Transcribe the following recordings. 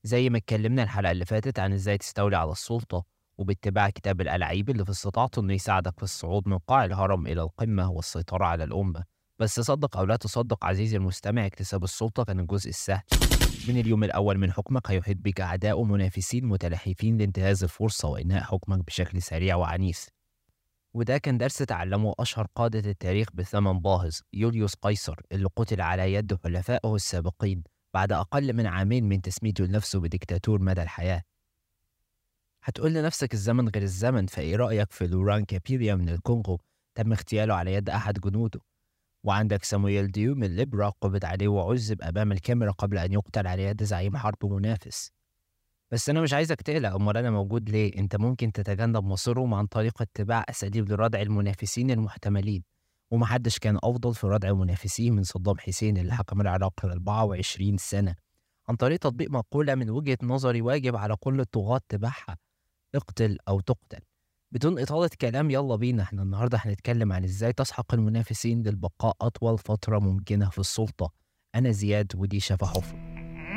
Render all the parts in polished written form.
زي ما اتكلمنا الحلقة اللي فاتت عن ازاي تستولي على السلطة وباتباع كتاب الألاعيب اللي في استطاعته انه يساعدك في الصعود من قاع الهرم إلى القمة والسيطرة على الأمة. بس صدق أو لا تصدق عزيزي المستمع، اكتساب السلطة كان الجزء السهل. من اليوم الأول من حكمك هيحيط بك أعداء ومنافسين متلهفين لانتهاز الفرصة وإنهاء حكمك بشكل سريع وعنيف. وده كان درس تعلمه أشهر قادة التاريخ بثمن باهظ، يوليوس قيصر، اللي قتل على يد حلفائه السابقين بعد أقل من عامين من تسميته لنفسه بديكتاتور مدى الحياة. هتقول لنفسك الزمن غير الزمن، فإيه رأيك في لوران كابيريا من الكونغو تم اغتياله على يد أحد جنوده؟ وعندك سامويل ديو من ليبرا قبض عليه وعذب أمام الكاميرا قبل أن يقتل على يد زعيم حرب منافس. بس أنا مش عايزك تقلق، أمال أنا موجود ليه؟ أنت ممكن تتجنب مصيرهم عن طريق اتباع أساليب لردع المنافسين المحتملين، ومحدش كان أفضل في ردع منافسيه من صدام حسين اللي حكم العراق ل 24 سنة عن طريق تطبيق مقولة من وجهة نظري واجب على كل الطغاة اتباعها: اقتل أو تقتل. بدون إطالة كلام يلا بينا، احنا النهاردة هنتكلم عن ازاي تسحق المنافسين للبقاء أطول فترة ممكنة في السلطة. أنا زياد ودي شفا حفر.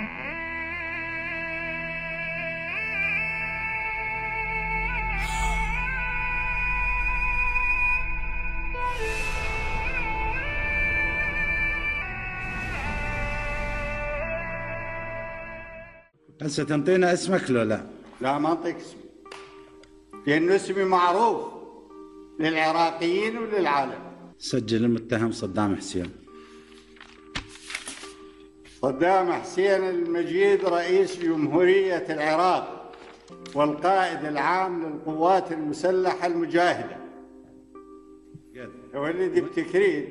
هسه تنطينا اسمك لو لا؟ لا، ما انطيك اسمي، لأنه اسمي معروف للعراقيين وللعالم. سجل المتهم صدام حسين. صدام حسين المجيد رئيس جمهورية العراق والقائد العام للقوات المسلحة المجاهدة، ولد بتكريت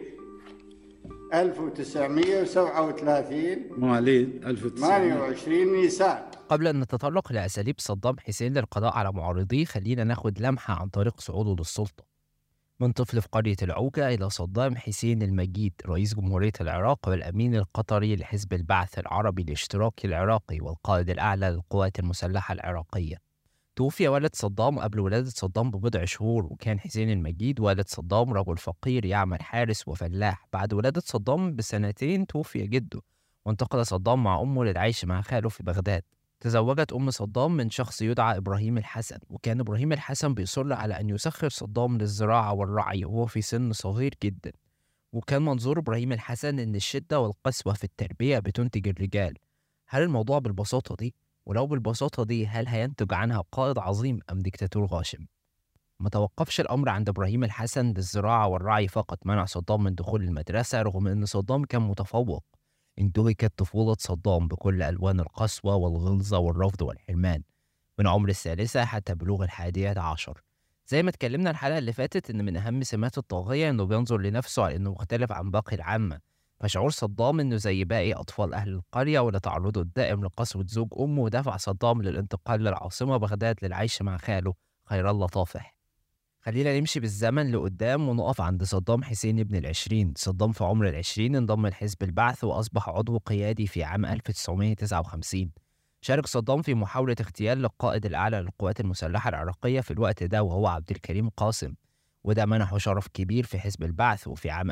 1937 مواليد 1900. 28 نيسان. قبل أن نتطرق لأساليب صدام حسين للقضاء على معارضيه، خلينا ناخد لمحة عن طريق صعوده للسلطة. من طفل في قرية العوكة إلى صدام حسين المجيد رئيس جمهورية العراق والأمين القطري لحزب البعث العربي الاشتراكي العراقي والقائد الأعلى للقوات المسلحة العراقية. توفي والد صدام قبل ولادة صدام ببضع شهور، وكان حسين المجيد والد صدام رجل فقير يعمل حارس وفلاح. بعد ولادة صدام بسنتين توفي جده، وانتقل صدام مع أمه للعيش مع خاله في بغداد. تزوجت أم صدام من شخص يدعى إبراهيم الحسن، وكان إبراهيم الحسن بيصر على أن يسخر صدام للزراعة والرعي وهو في سن صغير جدا. وكان منظور إبراهيم الحسن إن الشدة والقسوة في التربية بتنتج الرجال. هل الموضوع بالبساطة دي؟ ولو بالبساطة دي، هل هينتج عنها قائد عظيم أم ديكتاتور غاشم؟ ما توقفش الأمر عند إبراهيم الحسن للزراعة والرعي فقط. منع صدام من دخول المدرسة رغم أن صدام كان متفوق. انتهكت طفولة صدام بكل ألوان القسوة والغلظة والرفض والحرمان من عمر الثالثة حتى بلوغ الحادية عشر. زي ما اتكلمنا الحلقة اللي فاتت إن من أهم سمات الطاغية إنه بينظر لنفسه على إنه مختلف عن باقي العامة، فشعور صدام إنه زي باقي أطفال أهل القرية ولا تعرضه الدائم لقسوة زوج أمه دفع صدام للانتقال للعاصمة بغداد للعيش مع خاله خير الله طافح. خلينا نمشي بالزمن لقدام ونقف عند صدام حسين ابن العشرين. صدام في عمر العشرين انضم لحزب البعث وأصبح عضو قيادي في عام 1959. شارك صدام في محاولة اغتيال القائد الأعلى للقوات المسلحة العراقية في الوقت ده وهو عبد الكريم قاسم، وده منحه شرف كبير في حزب البعث. وفي عام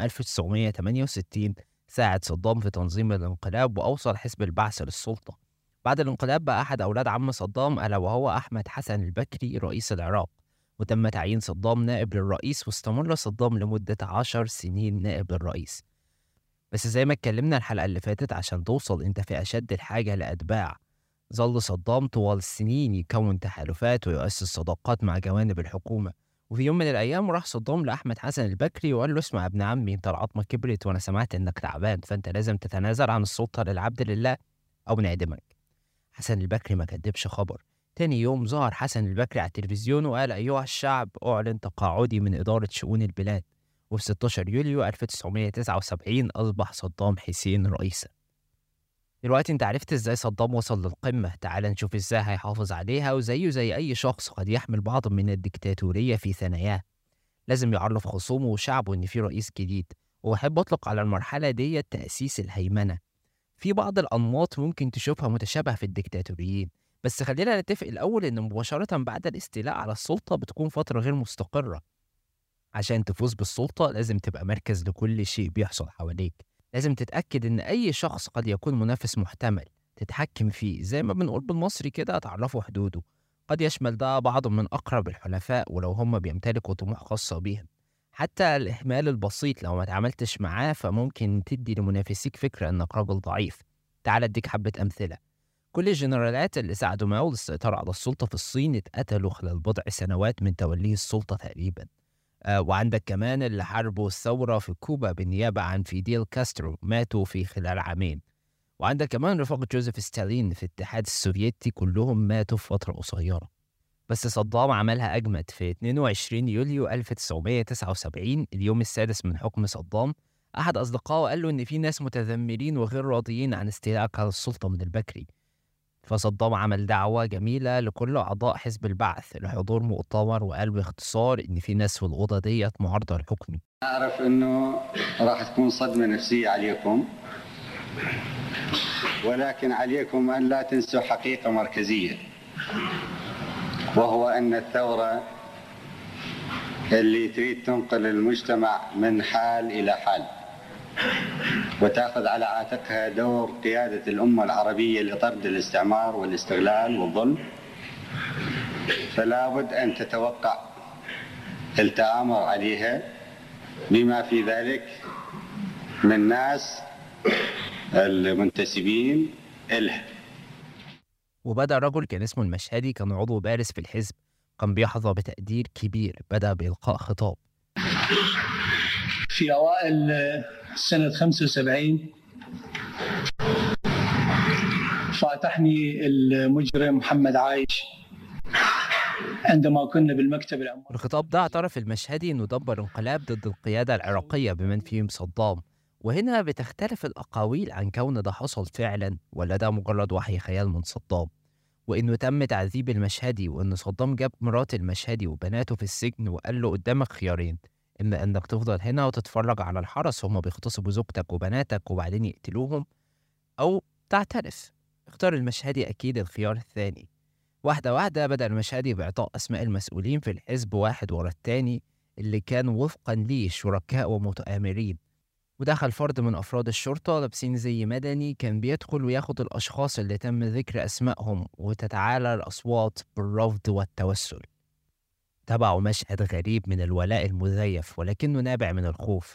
1968 ساعد صدام في تنظيم الانقلاب وأوصل حزب البعث للسلطة. بعد الانقلاب بقى أحد أولاد عم صدام ألا وهو أحمد حسن البكري رئيس العراق، وتم تعيين صدام نائب للرئيس، واستمر صدام لمدة 10 سنين نائب للرئيس. بس زي ما اتكلمنا الحلقة اللي فاتت، عشان توصل انت في أشد الحاجة لأتباع، ظل صدام طوال السنين يكون تحالفات ويؤسس صداقات مع جوانب الحكومة. وفي يوم من الأيام راح صدام لأحمد حسن البكري وقال له: اسمع يا ابن عمي، انت العظمة كبرت وأنا سمعت إنك تعبان، فأنت لازم تتنازل عن السلطة للعبد لله أو نعدمك. حسن البكري ما كدبش خبر. تاني يوم ظهر حسن البكري على التلفزيون وقال: أيها الشعب، أعلن تقاعدي من إدارة شؤون البلاد. وفي 16 يوليو 1979 أصبح صدام حسين رئيسا. دلوقتي انت عرفت ازاي صدام وصل للقمة، تعال نشوف ازاي هيحافظ عليها. وزيه زي أي شخص قد يحمل بعض من الديكتاتورية في ثناياه، لازم يعرف خصومه وشعبه إن في رئيس جديد. وأحب أطلق على المرحلة دي تأسيس الهيمنة. في بعض الأنماط ممكن تشوفها متشابهة في الديكتاتوريين، بس خلينا نتفق الأول إن مباشرة بعد الاستيلاء على السلطة بتكون فترة غير مستقرة. عشان تفوز بالسلطة لازم تبقى مركز لكل شيء بيحصل حواليك. لازم تتأكد إن أي شخص قد يكون منافس محتمل، تتحكم فيه، زي ما بنقول بالمصري كده تعرفوا حدوده. قد يشمل ده بعض من أقرب الحلفاء ولو هم بيمتلكوا طموح خاصة بيهم. حتى الإهمال البسيط لو ما تعاملتش معاه فممكن تدي لمنافسيك فكرة إنك راجل ضعيف. تعال أديك حبة أمثلة. كل الجنرالات اللي ساعدوا ماو للسيطرة على السلطة في الصين اتقتلوا خلال بضع سنوات من توليه السلطة تقريبا. وعندك كمان اللي حاربوا الثورة في كوبا بالنيابة عن فيديل كاسترو ماتوا في خلال عامين. وعندك كمان رفاق جوزيف ستالين في الاتحاد السوفيتي كلهم ماتوا في فترة قصيرة. بس صدام عملها أجمد. في 22 يوليو 1979 اليوم السادس من حكم صدام، أحد أصدقائه قال له إن في ناس متذمرين وغير راضيين عن استيلاءك على السلطة من البكري. فصدام عمل دعوة جميلة لكل أعضاء حزب البعث لحضور مؤتمر، وقال باختصار إن في ناس في الأوضة ديت معارضة لحكمي. أعرف أنه راح تكون صدمة نفسية عليكم، ولكن عليكم أن لا تنسوا حقيقة مركزية، وهو أن الثورة اللي تريد تنقل المجتمع من حال إلى حال وتأخذ على عاتقها دور قيادة الأمة العربية لطرد الاستعمار والاستغلال والظلم، فلا بد أن تتوقع التآمر عليها بما في ذلك من ناس المنتسبين إلها. وبدأ رجل كان اسمه المشهدي، كان عضو بارز في الحزب، كان بيحظى بتقدير كبير. بدأ بإلقاء خطاب. في أوائل سنة 75 فاتحني المجرم محمد عايش عندما كنا بالمكتب العماني. الخطاب ده اعترف المشهدي إنه دبر انقلاب ضد القيادة العراقية بمن فيهم صدام. وهنا بتختلف الأقاويل عن كون ده حصل فعلا ولا ده مجرد وحي خيال من صدام، وإنه تم تعذيب المشهدي، وإن صدام جاب مرات المشهدي وبناته في السجن وقال له قدامك خيارين، إما إنك تفضل هنا وتتفرج على الحرس هما بيغتصبوا زوجتك وبناتك وبعدين يقتلوهم، أو تعترف. اختار المشهدي أكيد الخيار الثاني. واحدة واحدة بدأ المشهدي بإعطاء أسماء المسؤولين في الحزب واحد ورا التاني اللي كانوا وفقا ليه شركاء ومتآمرين. ودخل فرد من أفراد الشرطة لابسين زي مدني كان بيدخل وياخد الأشخاص اللي تم ذكر أسمائهم، وتتعالى الأصوات بالرفض والتوسل. تبعه مشهد غريب من الولاء المزيف ولكنه نابع من الخوف.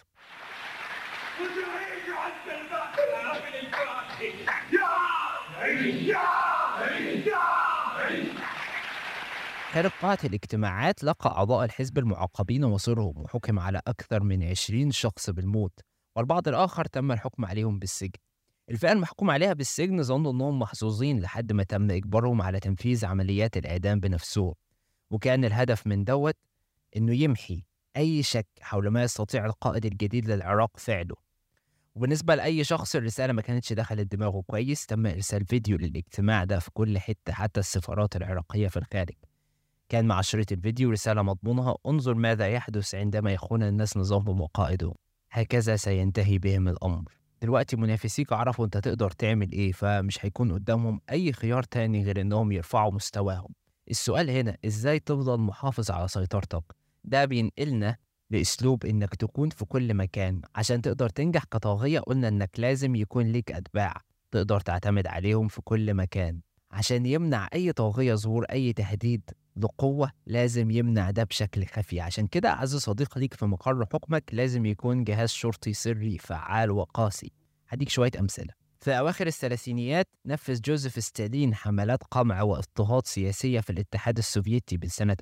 خارج قاعة الاجتماعات لقى أعضاء الحزب المعاقبين مصيرهم، وحكم على أكثر من 20 شخص بالموت، والبعض الآخر تم الحكم عليهم بالسجن. الفئة المحكوم عليها بالسجن ظنوا أنهم محظوظين لحد ما تم إجبارهم على تنفيذ عمليات الإعدام بنفسهم، وكان الهدف من دوت إنه يمحي أي شك حول ما يستطيع القائد الجديد للعراق فعله. وبالنسبة لأي شخص الرسالة ما كانتش دخلت دماغه كويس، تم إرسال فيديو للاجتماع ده في كل حتة حتى السفارات العراقية في الخارج. كان مع شريط الفيديو رسالة مضمونها: انظر ماذا يحدث عندما يخون الناس نظامهم وقائدهم، هكذا سينتهي بهم الأمر. دلوقتي منافسيك عرفوا انت تقدر تعمل ايه، فمش هيكون قدامهم اي خيار تاني غير انهم يرفعوا مستواهم. السؤال هنا ازاي تفضل محافظ على سيطرتك؟ ده بينقلنا لأسلوب انك تكون في كل مكان. عشان تقدر تنجح كطاغية قلنا انك لازم يكون ليك أتباع تقدر تعتمد عليهم في كل مكان. عشان يمنع أي طاغية ظهور أي تهديد لقوة لازم يمنع ده بشكل خفي. عشان كده أعز صديق ليك في مقر حكمك لازم يكون جهاز شرطي سري فعال وقاسي. هديك شوية أمثلة. في أواخر الثلاثينيات نفذ جوزيف ستالين حملات قمع واضطهاد سياسية في الاتحاد السوفيتي بين سنة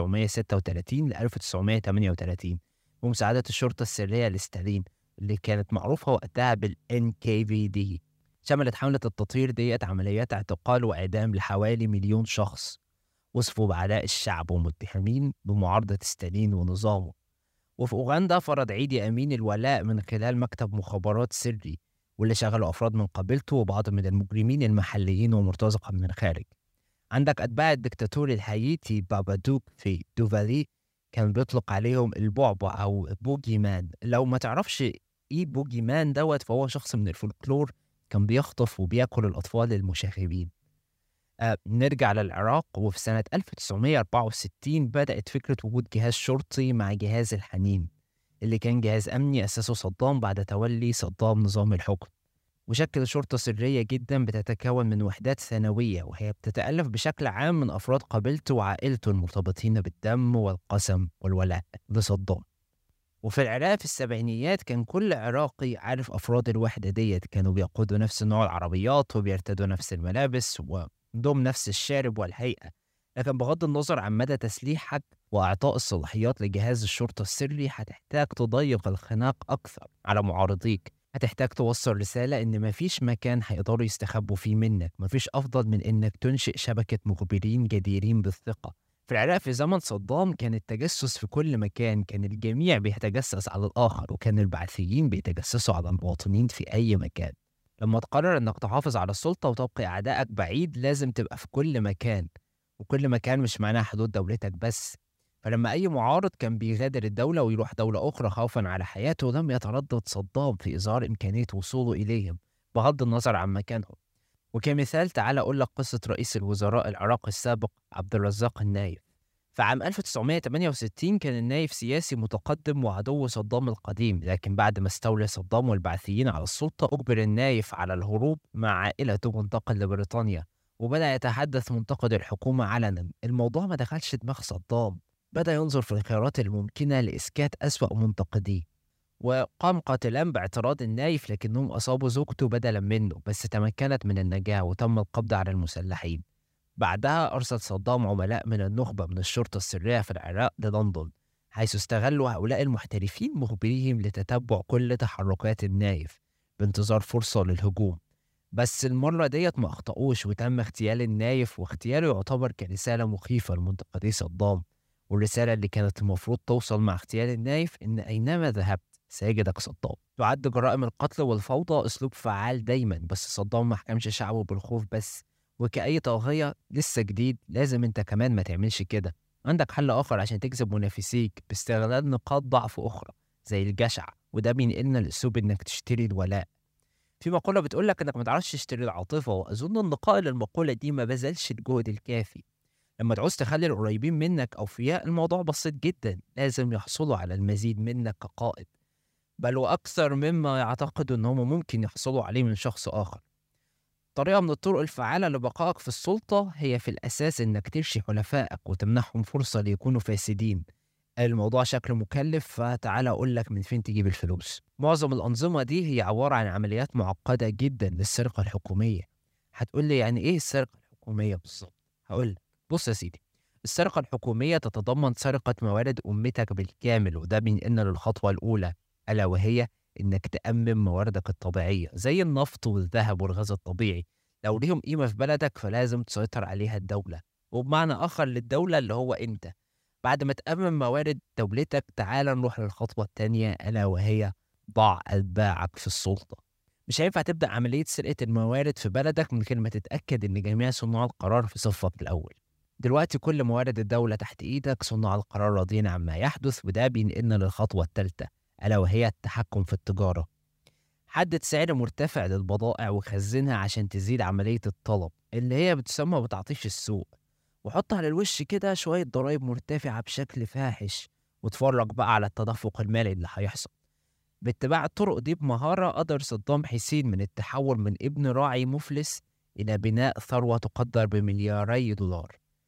1936 ل 1938 بمساعدة الشرطة السرية لستالين اللي كانت معروفة وقتها بال NKVD. شملت حملة التطهير ديت عمليات اعتقال وإعدام لحوالي 1,000,000 شخص وصفوا بعداء الشعب ومتهمين بمعارضة ستالين ونظامه. وفي أوغندا فرض عيدي أمين الولاء من خلال مكتب مخابرات سري واللي شغلوا أفراد من قبيلته وبعض من المجرمين المحليين ومرتزقة من الخارج. عندك أتباع الدكتاتور الهايتي بابادوك في دوفالي كان بيطلق عليهم البعبع أو بوجي مان. لو ما تعرفش إيه بوجي مان دوت فهو شخص من الفولكلور كان بيخطف وبيأكل الأطفال المشاغبين. نرجع للعراق. وفي سنة 1964 بدأت فكرة وجود جهاز شرطي مع جهاز الحنين اللي كان جهاز أمني أسسه صدام بعد تولي صدام نظام الحكم. وشكل شرطة سرية جدا بتتكون من وحدات ثانوية، وهي بتتألف بشكل عام من أفراد قبيلته وعائلته المرتبطين بالدم والقسم والولاء لصدام. وفي العراق في السبعينيات كان كل عراقي عارف أفراد الوحدة ديت، كانوا بيقودوا نفس نوع العربيات وبيرتدوا نفس الملابس وعندهم نفس الشارب والهيئة. لكن بغض النظر عن مدى تسليحك وإعطاء الصلاحيات لجهاز الشرطة السري، هتحتاج تضيق الخناق أكثر على معارضيك. هتحتاج توصل رسالة إن مفيش مكان هيقدروا يستخبوا فيه منك، مفيش أفضل من إنك تنشئ شبكة مخبرين جديرين بالثقة. في العراق في زمن صدام كان التجسس في كل مكان، كان الجميع بيتجسس على الآخر، وكان البعثيين بيتجسسوا على المواطنين في أي مكان. لما تقرر إنك تحافظ على السلطة وتبقي أعدائك بعيد، لازم تبقى في كل مكان، وكل مكان مش معناها حدود دولتك بس. فلما أي معارض كان بيغادر الدولة ويروح دولة أخرى خوفا على حياته، لم يتردد صدام في إظهار إمكانية وصوله إليهم بغض النظر عن مكانهم. وكمثال تعال أقول لك قصة رئيس الوزراء العراقي السابق عبد الرزاق النايف. في عام 1968 كان النايف سياسي متقدم وعدو صدام القديم، لكن بعد ما استولى صدام والبعثيين على السلطة أجبر النايف على الهروب مع عائلته وانتقل لبريطانيا، وبدأ يتحدث منتقد الحكومة علنا. الموضوع ما دخلش دماغ صدام، بدأ ينظر في الخيارات الممكنة لإسكات أسوأ منتقديه، وقام قاتلان باعتراض النايف لكنهم أصابوا زوجته بدلا منه، بس تمكنت من النجاة وتم القبض على المسلحين. بعدها أرسل صدام عملاء من النخبة من الشرطة السرية في العراق للندن، حيث استغلوا هؤلاء المحترفين مخبريهم لتتبع كل تحركات النايف بانتظار فرصة للهجوم. بس المرة ديت ما أخطأوش، وتم اغتيال النايف، واغتياله يعتبر كرسالة مخيفة لمنتقدي صدام. والرسالة اللي كانت المفروض توصل مع اغتيال النايف إن أينما ذهبت سيجدك صدام. تعد جرائم القتل والفوضى أسلوب فعال دايما، بس صدام ما حكمش شعبه بالخوف بس. وكأي طاغية لسه جديد لازم انت كمان ما تعملش كده. عندك حل آخر عشان تكسب منافسيك باستغلال نقاط ضعف أخرى زي الجشع، وده بينقلنا لأسلوب إنك تشتري الولاء. في مقولة بتقولك إنك ما تعرفش تشتري العاطفة، وأظن إن قائل المقولة دي ما بذلش الجهد الكافي. لما تعوز تخلي القريبين منك أوفياء، الموضوع بسيط جدا، لازم يحصلوا على المزيد منك كقائد، بل وأكثر مما يعتقدوا إنهم ممكن يحصلوا عليه من شخص آخر. طريقة من الطرق الفعالة لبقائك في السلطة هي في الأساس إنك ترشي حلفائك وتمنحهم فرصة ليكونوا فاسدين. الموضوع شكله مكلف، فتعال أقول لك من فين تجيب الفلوس. معظم الأنظمة دي هي عبارة عن عمليات معقدة جدا للسرقة الحكومية. هتقول لي يعني إيه السرقة الحكومية بالظبط؟ هقول لك، بص يا سيدي، السرقة الحكومية تتضمن سرقة موارد أمتك بالكامل، وده بينقلنا للخطوة الأولى، ألا وهي إنك تأمن مواردك الطبيعية زي النفط والذهب والغاز الطبيعي. لو ليهم قيمة في بلدك فلازم تسيطر عليها الدولة، وبمعنى آخر للدولة اللي هو أنت. بعد ما تأمن موارد دولتك، تعال نروح للخطوة التانية، ألا وهي ضع أتباعك في السلطة. مش هينفع تبدأ عملية سرقة الموارد في بلدك من غير ما تتأكد إن جميع صناع القرار في صفك الأول. دلوقتي كل موارد الدولة تحت إيدك، صناع القرار راضيين عما يحدث، وده بينقلنا للخطوة الثالثة، ألا وهي التحكم في التجارة. حدد سعر مرتفع للبضائع وخزنها عشان تزيد عملية الطلب اللي هي بتسمى بتعطيش السوق، وحط على الوش كده شوية ضرائب مرتفعة بشكل فاحش، واتفرج بقى على التدفق المالي اللي هيحصل. باتباع الطرق دي بمهارة قدر صدام حسين من التحول من ابن راعي مفلس إلى بناء ثروة تقدر بملياري دولار.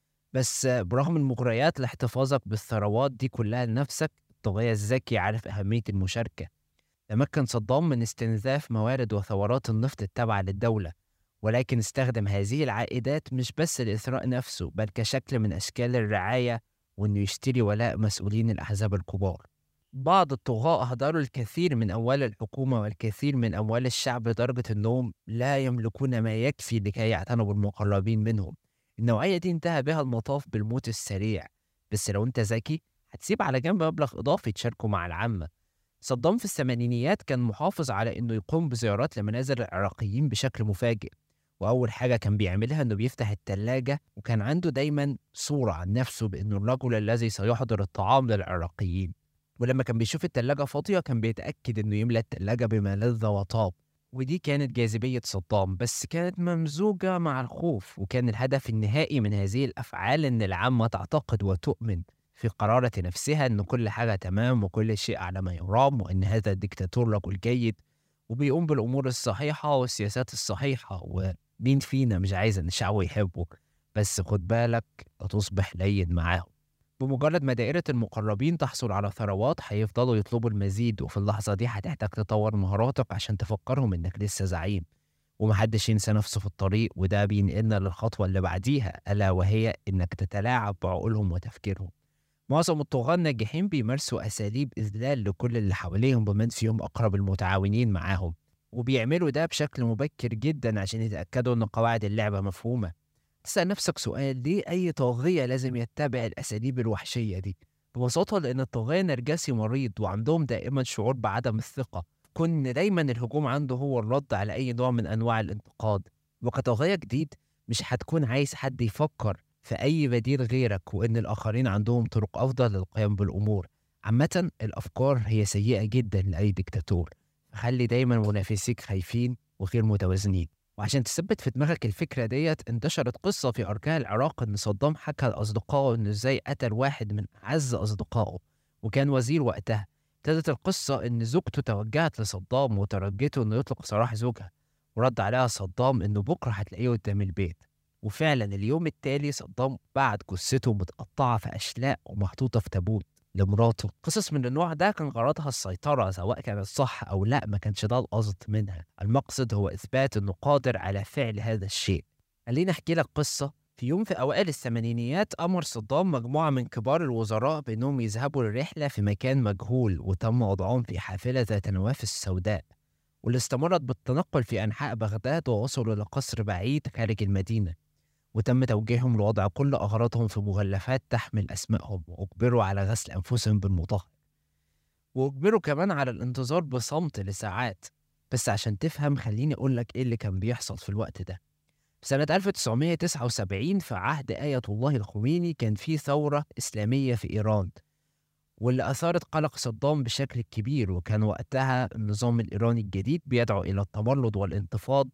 بس برغم المغريات لاحتفاظك بالثروات دي كلها لنفسك، الطاغية الذكي عارف أهمية المشاركة. تمكن صدام من استنزاف موارد وثورات النفط التابعة للدولة، ولكن استخدم هذه العائدات مش بس لإثراء نفسه، بل كشكل من أشكال الرعاية، وإنه يشتري ولاء مسؤولين الأحزاب الكبار. بعض الطغاة أهدروا الكثير من أموال الحكومة والكثير من أموال الشعب لدرجة أنهم لا يملكون ما يكفي لكي يعتنوا بالمقربين منهم. النوعية دي انتهى بها المطاف بالموت السريع، بس لو انت ذكي هتسيب على جنب مبلغ إضافي تشاركه مع العامة. صدام في الثمانينيات كان محافظ على إنه يقوم بزيارات لمنازل العراقيين بشكل مفاجئ، وأول حاجة كان بيعملها إنه بيفتح التلاجة، وكان عنده دايما صورة عن نفسه بإنه الرجل الذي سيحضر الطعام للعراقيين. ولما كان بيشوف التلاجة فاضية كان بيتأكد إنه يملى التلاجة بما لذ وطاب. ودي كانت جاذبية صدام، بس كانت ممزوجة مع الخوف، وكان الهدف النهائي من هذه الأفعال إن العامة تعتقد وتؤمن في قرارة نفسها إن كل حاجة تمام وكل شيء على ما يرام، وإن هذا الدكتاتور رجل جيد، وبيقوم بالأمور الصحيحة والسياسات الصحيحة، ومين فينا مش عايز إن شعبه يحبه؟ بس خد بالك هتصبح لين معاهم. بمجرد ما دائرة المقربين تحصل على ثروات هيفضلوا يطلبوا المزيد، وفي اللحظة دي هتحتاج تطور مهاراتك عشان تفكرهم إنك لسه زعيم. ومحدش ينسى نفسه في الطريق، وده بينقلنا للخطوة اللي بعديها، ألا وهي إنك تتلاعب بعقولهم وتفكيرهم. معظم الطغاة الناجحين بيمارسوا أساليب إذلال لكل اللي حواليهم بمن فيهم أقرب المتعاونين معاهم، وبيعملوا ده بشكل مبكر جدا عشان يتأكدوا إن قواعد اللعبة مفهومة. تسأل نفسك سؤال: ليه أي طاغية لازم يتبع الأساليب الوحشية دي؟ ببساطة لأن الطاغية نرجسي مريض، وعندهم دائما شعور بعدم الثقة، كون دايما الهجوم عنده هو الرد على أي نوع من أنواع الانتقاد. وكطاغية جديد مش هتكون عايز حد يفكر في أي بديل غيرك، وإن الآخرين عندهم طرق أفضل للقيام بالأمور. عامة الأفكار هي سيئة جدا لأي ديكتاتور، فخلي دايما منافسيك خايفين وغير متوازنين. وعشان تثبت في دماغك الفكرة ديت، انتشرت قصة في أرجاء العراق إن صدام حكى لأصدقائه إنه إزاي قتل واحد من أعز أصدقائه وكان وزير وقتها. ابتدت القصة إن زوجته توجهت لصدام وترجته إنه يطلق سراح زوجها، ورد عليها صدام إنه بكرة هتلاقيه قدام البيت. وفعلا اليوم التالي صدام بعت جثته متقطعة في أشلاء ومحطوطة في تابوت لمراته. قصص من النوع ده كان غرضها السيطرة، سواء كانت صح أو لا ما كانش ده القصد منها. المقصد هو إثبات إنه قادر على فعل هذا الشيء. خليني أحكي لك قصة. في يوم في أوائل الثمانينيات أمر صدام مجموعة من كبار الوزراء بأنهم يذهبوا لرحلة في مكان مجهول، وتم وضعهم في حافلة ذات نوافذ سوداء، واللي استمرت بالتنقل في أنحاء بغداد، ووصلوا إلى قصر بعيد خارج المدينة، وتم توجيههم لوضع كل أغراضهم في مغلفات تحمل أسمائهم، وأجبروا على غسل أنفسهم بالمطهر، وأجبروا كمان على الانتظار بصمت لساعات. بس عشان تفهم خليني أقول لك إيه اللي كان بيحصل في الوقت ده. في سنة 1979 في عهد آية الله الخميني كان في ثورة إسلامية في إيران، واللي أثارت قلق صدام بشكل كبير. وكان وقتها النظام الإيراني الجديد بيدعو إلى التمرد والانتفاض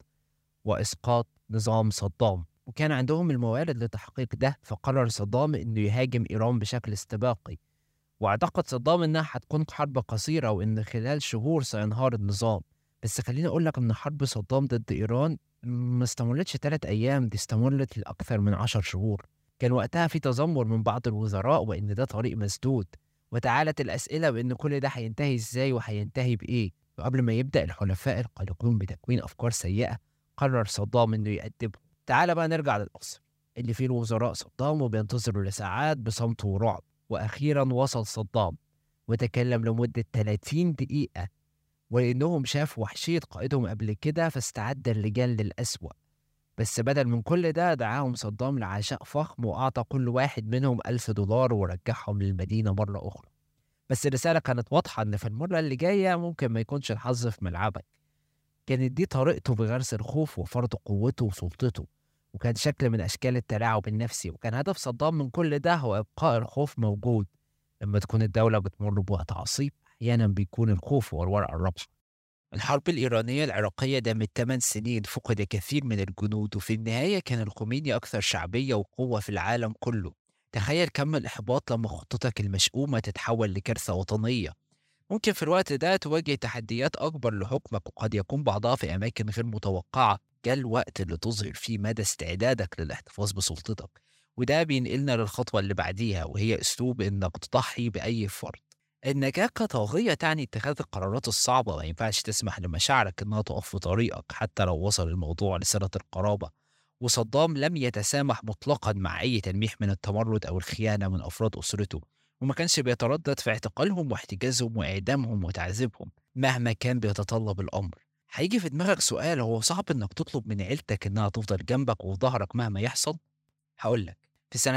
وإسقاط نظام صدام، وكان عندهم الموارد لتحقيق ده. فقرر صدام إنه يهاجم إيران بشكل استباقي، واعتقد صدام إنها هتكون حرب قصيرة وإن خلال شهور سينهار النظام. بس خليني أقول لك إن حرب صدام ضد إيران ما استمرتش 3 أيام، دي استمرت لأكثر من 10 شهور. كان وقتها في تذمر من بعض الوزراء وإن ده طريق مسدود، وتعالت الأسئلة بإن كل ده هينتهي إزاي وهينتهي بإيه. وقبل ما يبدأ الحلفاء القلقون بتكوين أفكار سيئة، قرر صدام إنه يأدبهم. تعال بقى نرجع للقصر اللي فيه الوزراء صدام وبينتظروا لساعات بصمت ورعب. وأخيرا وصل صدام وتكلم لمدة 30 دقيقة، ولأنهم شافوا وحشية قائدهم قبل كده فاستعد اللجان للأسوأ. بس بدل من كل ده دعاهم صدام لعشاء فخم، وأعطى كل واحد منهم $1000 ورجعهم للمدينة مرة أخرى. بس الرسالة كانت واضحة إن في المرة اللي جاية ممكن ما يكونش الحظ في ملعبك. كانت دي طريقته بغرس الخوف وفرض قوته وسلطته، وكان شكل من أشكال التلاعب النفسي. وكان هدف صدام من كل ده هو إبقاء الخوف موجود. لما تكون الدولة بتمر بوقت عصيب أحيانا بيكون الخوف هو الورقة الرابحة. الحرب الإيرانية العراقية دامت 8 سنين، فقد كثير من الجنود، وفي النهاية كان الخميني أكثر شعبية وقوة في العالم كله. تخيل كم الإحباط لما خطتك المشؤومة تتحول لكارثة وطنية. ممكن في الوقت ده تواجه تحديات أكبر لحكمك، وقد يكون بعضها في أماكن غير متوقعة. جاء الوقت اللي تظهر فيه مدى استعدادك للاحتفاظ بسلطتك، وده بينقلنا للخطوة اللي بعديها، وهي أسلوب إنك تضحي بأي فرد. النجاة كطاغية تعني اتخاذ القرارات الصعبة، ما ينفعش تسمح لمشاعرك إنها تقف في طريقك حتى لو وصل الموضوع لصلة القرابة. وصدام لم يتسامح مطلقا مع أي تلميح من التمرد أو الخيانة من أفراد أسرته، وما كانش بيتردد في اعتقالهم واحتجازهم وإعدامهم وتعذيبهم مهما كان بيتطلب الأمر. هيجي في دماغك سؤال: هو صعب إنك تطلب من عيلتك إنها تفضل جنبك وفي ظهرك مهما يحصل؟ هقولك. في سنة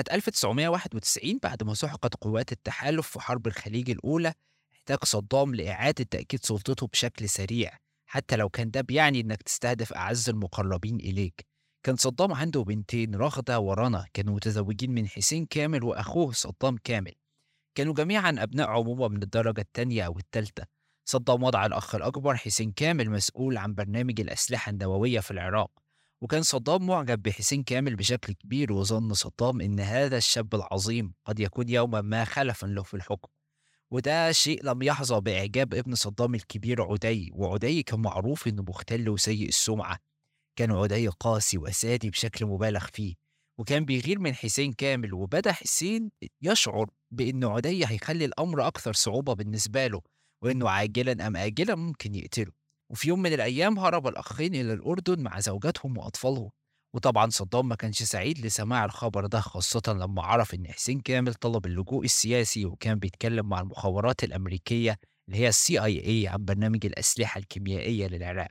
1991 بعد ما سحقت قوات التحالف في حرب الخليج الأولى، احتاج صدام لإعادة تأكيد سلطته بشكل سريع، حتى لو كان ده بيعني إنك تستهدف أعز المقربين إليك. كان صدام عنده بنتين رغدة ورنا، كانوا متزوجين من حسين كامل وأخوه صدام كامل. كانوا جميعا أبناء عمومة من الدرجة الثانية أو الثالثة. صدام وضع الأخ الأكبر حسين كامل مسؤول عن برنامج الأسلحة النووية في العراق، وكان صدام معجب بحسين كامل بشكل كبير، وظن صدام إن هذا الشاب العظيم قد يكون يوما ما خلفا له في الحكم. وده شيء لم يحظى بإعجاب ابن صدام الكبير عدي، وعدي كان معروف إنه مختل وسيء السمعة. كان عدي قاسي وسادي بشكل مبالغ فيه، وكان بيغير من حسين كامل، وبدأ حسين يشعر بإن عدي هيخلي الأمر أكثر صعوبة بالنسبة له، وإنه عاجلا أم آجلا ممكن يقتله. وفي يوم من الأيام هرب الأخين إلى الأردن مع زوجاتهم وأطفالهم. وطبعا صدام ما كانش سعيد لسماع الخبر ده، خاصة لما عرف إن حسين كامل طلب اللجوء السياسي، وكان بيتكلم مع المخابرات الأمريكية اللي هي CIA عن برنامج الأسلحة الكيميائية للعراق.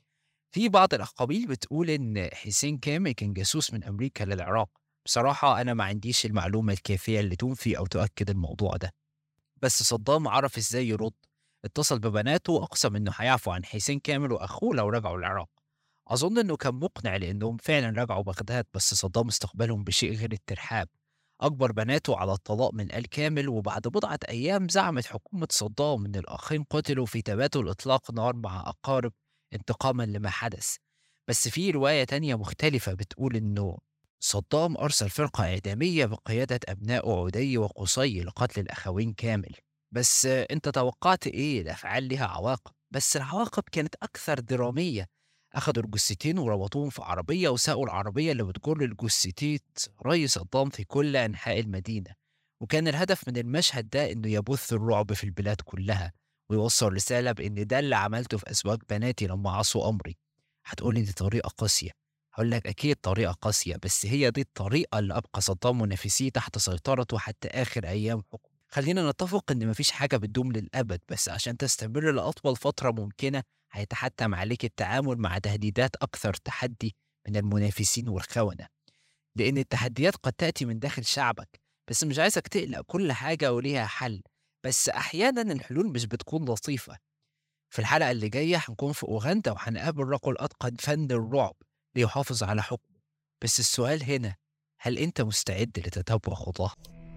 في بعض الأقاويل بتقول إن حسين كامل كان جاسوس من أمريكا للعراق. بصراحة أنا ما عنديش المعلومة الكافية اللي تنفي أو تؤكد الموضوع ده. بس صدام عرف إزاي يرد. اتصل ببناته وأقسم إنه هيعفو عن حسين كامل وأخوه لو رجعوا العراق. أظن إنه كان مقنع لأنهم فعلا رجعوا بغداد، بس صدام استقبلهم بشيء غير الترحاب. أجبر بناته على الطلاق من آل كامل، وبعد بضعة أيام زعمت حكومة صدام إن الأخين قتلوا في تبادل إطلاق نار مع أقارب انتقاما لما حدث. بس في رواية تانية مختلفة بتقول إنه صدام أرسل فرقة إعدامية بقيادة أبناء عدي وقصي لقتل الأخوين كامل. بس أنت توقعت إيه؟ الأفعال لها عواقب، بس العواقب كانت أكثر درامية. أخدوا الجثتين وربطوهم في عربية وساقوا العربية اللي بتجر الجثتين ري صدام في كل أنحاء المدينة. وكان الهدف من المشهد ده إنه يبث الرعب في البلاد كلها، ويوصل رسالة بإن ده اللي عملته في أزواج بناتي لما عصوا أمري. هتقولي دي طريقة قاسية. هقول لك أكيد طريقة قاسية، بس هي دي الطريقة اللي أبقى صدام منافسيه تحت سيطرته حتى آخر أيام حكمه. خلينا نتفق إن مفيش حاجة بتدوم للأبد، بس عشان تستمر لأطول فترة ممكنة هيتحتم عليك التعامل مع تهديدات أكثر تحدي من المنافسين والخونة، لأن التحديات قد تأتي من داخل شعبك. بس مش عايزك تقلق، كل حاجة وليها حل، بس أحيانا الحلول مش بتكون لطيفة. في الحلقة اللي جاية هنكون في أوغندا وهنقابل رجل أتقن فن الرعب ليحافظ على حكمه. بس السؤال هنا، هل أنت مستعد لتتبع خطاه؟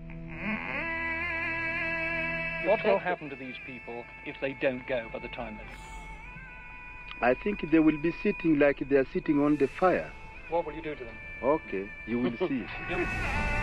What will happen to these people if they don't go by the time they leave? I think they will be sitting like they are sitting on the fire. What will you do to them? Okay, you will see.